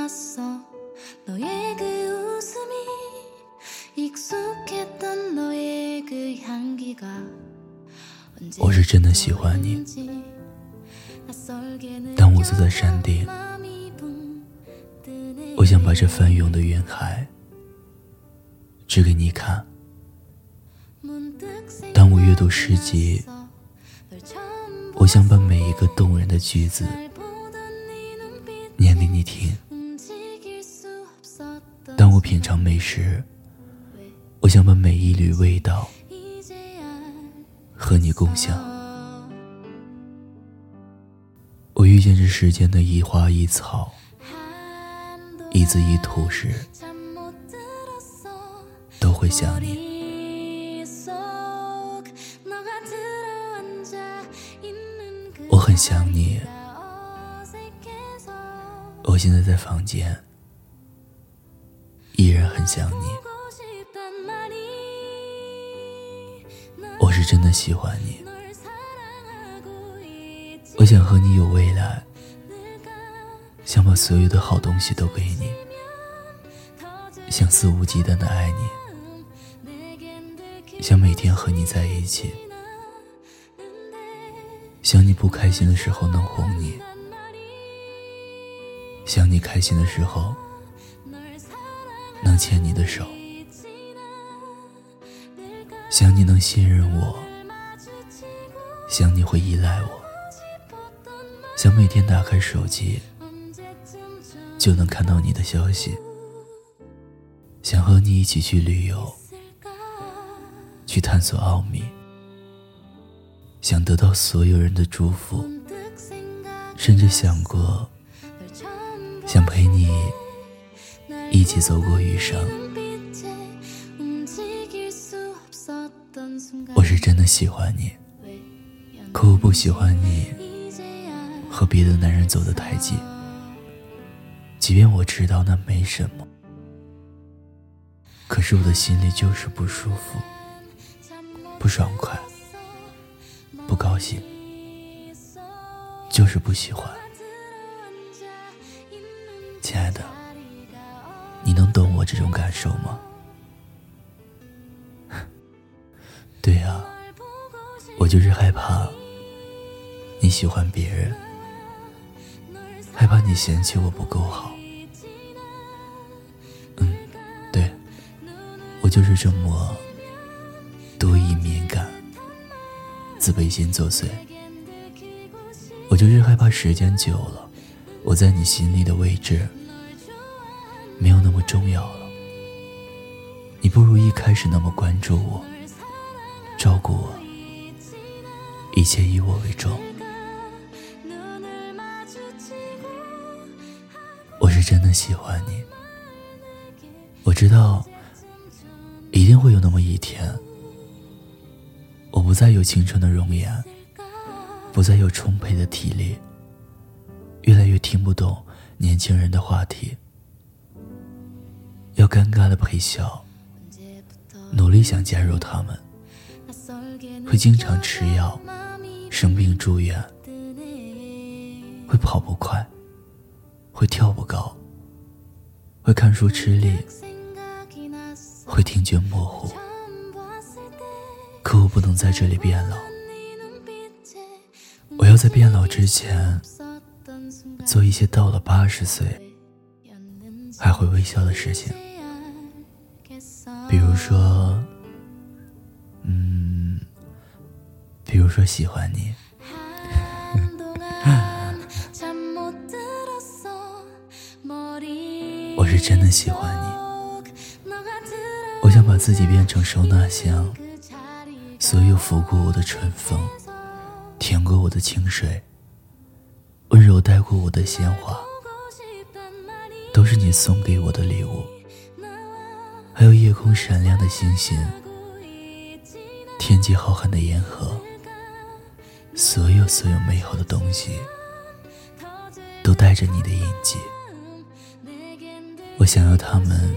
我是真的喜欢你，当我坐在山顶，我想把这翻涌的云海指给你看。当我阅读诗集，我想把每一个动人的句子念给你听。当我品尝美食，我想把每一缕味道和你共享。我遇见这世间的一花一草，一字一图时，都会想你。我很想你，我现在在房间，依然很想你。我是真的喜欢你，我想和你有未来，想把所有的好东西都给你，想肆无忌惮地爱你，想每天和你在一起，想你不开心的时候能哄你，想你开心的时候能牵你的手，想你能信任我，想你会依赖我，想每天打开手机就能看到你的消息，想和你一起去旅游，去探索奥秘，想得到所有人的祝福，甚至想过想陪你一起走过余生。我是真的喜欢你，可我不喜欢你和别的男人走得太近，即便我知道那没什么，可是我的心里就是不舒服，不爽快，不高兴，就是不喜欢。亲爱的，你能懂我这种感受吗？对啊，我就是害怕你喜欢别人，害怕你嫌弃我不够好。对，我就是这么多疑敏感，自卑心作祟。我就是害怕时间久了，我在你心里的位置没有那么重要了，你不如一开始那么关注我，照顾我，一切以我为重。我是真的喜欢你，我知道一定会有那么一天，我不再有青春的容颜，不再有充沛的体力，越来越听不懂年轻人的话题，要尴尬的陪笑，努力想加入他们，会经常吃药，生病住院，会跑不快，会跳不高，会看书吃力，会听觉模糊。可我不能在这里变老，我要在变老之前做一些到了80岁还会微笑的事情，比如说喜欢你。我是真的喜欢你，我想把自己变成收纳箱，所有拂过我的春风，舔过我的清水，温柔带过我的鲜花，都是你送给我的礼物。还有夜空闪亮的星星，天际浩瀚的银河，所有美好的东西都带着你的印记。我想要它们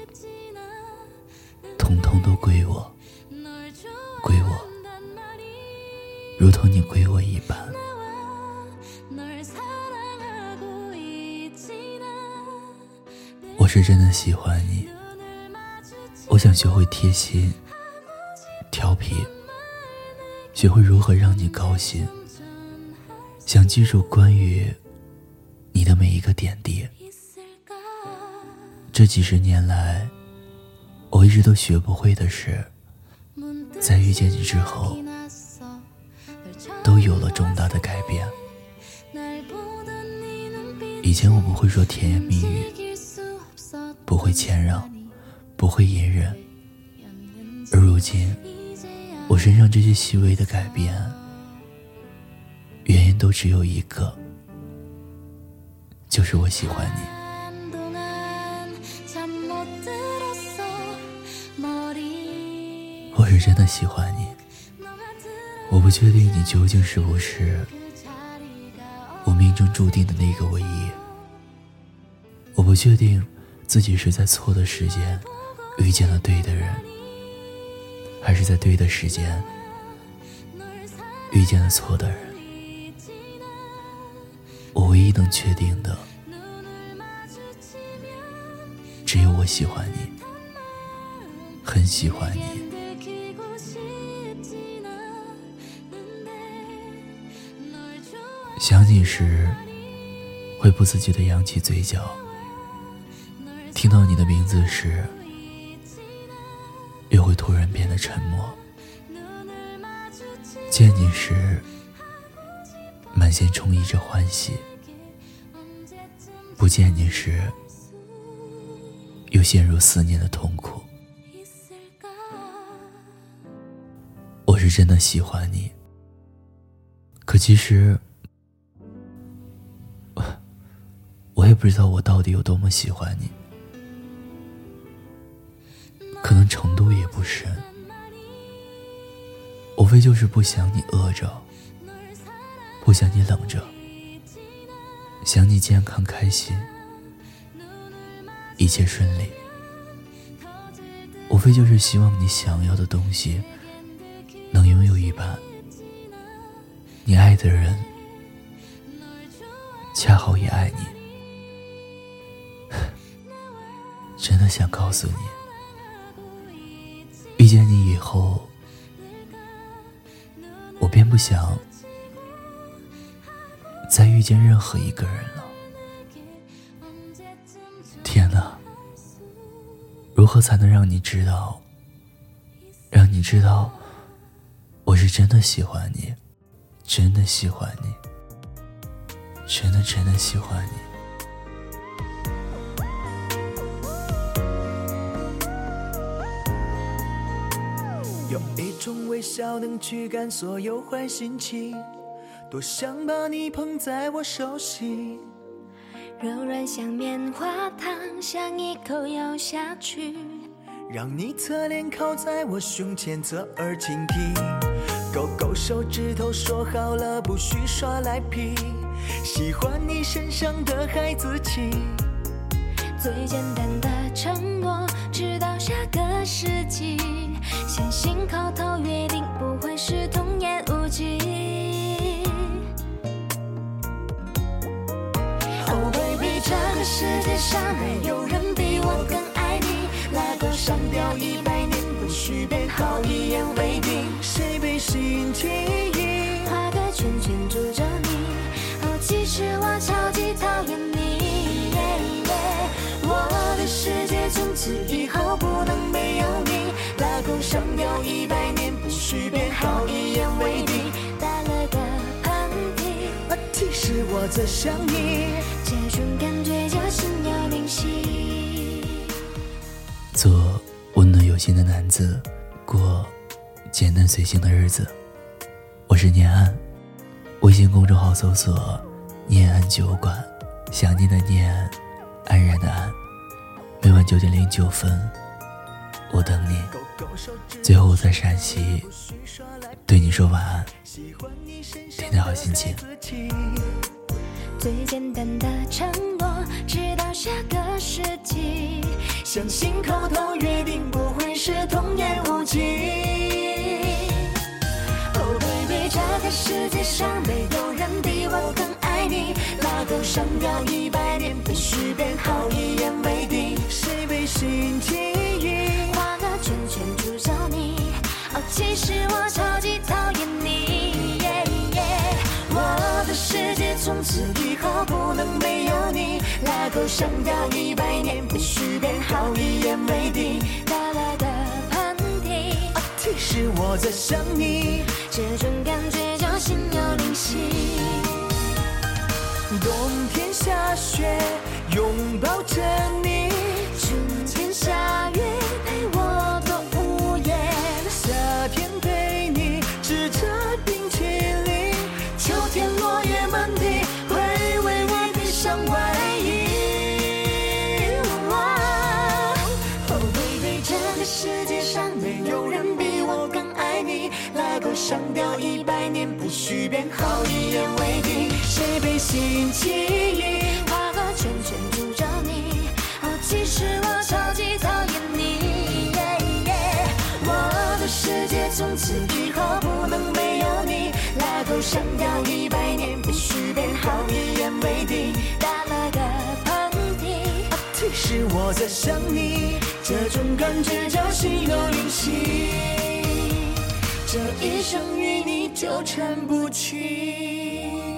统统都归我，如同你归我一般。 是真的喜欢你，我想学会贴心调皮，学会如何让你高兴，想记住关于你的每一个点滴。这几十年来，我一直都学不会的是，在遇见你之后，都有了重大的改变。以前我不会说甜言蜜语，不会谦让，不会隐忍，而如今我身上这些细微的改变，原因都只有一个，就是我喜欢你。我是真的喜欢你，我不确定你究竟是不是我命中注定的那个唯一，我不确定自己是在错的时间遇见了对的人，还是在对的时间遇见了错的人。我唯一能确定的，只有我喜欢你，很喜欢你。想你时会不自觉地扬起嘴角，听到你的名字时又会突然变得沉默，见你时满心充溢着欢喜，不见你时又陷入思念的痛苦。我是真的喜欢你，可其实我也不知道我到底有多么喜欢你，可能程度也不深，无非就是不想你饿着，不想你冷着，想你健康开心，一切顺利，无非就是希望你想要的东西能拥有一半，你爱的人恰好也爱你。真的想告诉你，遇见你以后，我便不想再遇见任何一个人了。天哪，如何才能让你知道我是真的喜欢你，真的喜欢你，真的喜欢你。 有一种微笑能驱赶所有坏心情，多想把你捧在我手心， 柔软像棉花糖，想一口咬下去， 让你侧脸靠在我胸前，侧耳倾听，勾勾手指头说好了不许耍赖皮，喜欢你身上的孩子气， 最简单的承诺，直到下个世纪，相信口头约定不会是童言无忌。Oh baby， 这个世界上没有人比我更爱你，拉钩上吊100年，不许变好，一言为定。 谁被心记忆， 画个圈圈住着你，哦，其实我超级讨厌你。我的世界从此以后不能没有你，拉钩上吊100年，不许变好，一言为定。打了个喷嚏， 其实我在想你， 这种感觉就心有灵犀。 做温暖有心的男子，过简单随性的日子。我是念安，微信公众号搜索念安酒馆，想念的念，安然的安。每晚9点09分，我等你。最后我在陕西对你说晚安，天天好心情。 最简单的承诺，直到下个世纪， 相信口头约定不会是童言无忌。 Oh baby， 这个世界上没有人比我更爱你，拉钩上吊100年，必须变好，一言为定。 能没有你。拉钩上吊100年，不许变好，一言为定。打了个喷嚏， 提示我在想你， 这种感觉叫心有灵犀。 冬天下雪，拥抱着你， 春天下雨，陪我躲屋檐。 夏天陪你吃着冰淇淋， 秋天落叶满地，会为我披上外衣。 哦，baby，这个世界上没有人比我更爱你。拉钩上吊100年，不许变好，一言为定。谁被星期一画个圈圈住着你，其实我超级讨厌你。我的世界从此以后不能没有你。拉钩上吊100年，不许变好，一言为定。打了个喷嚏， 提示我在想你，这种感觉叫心有灵犀。这一生与你纠缠不清。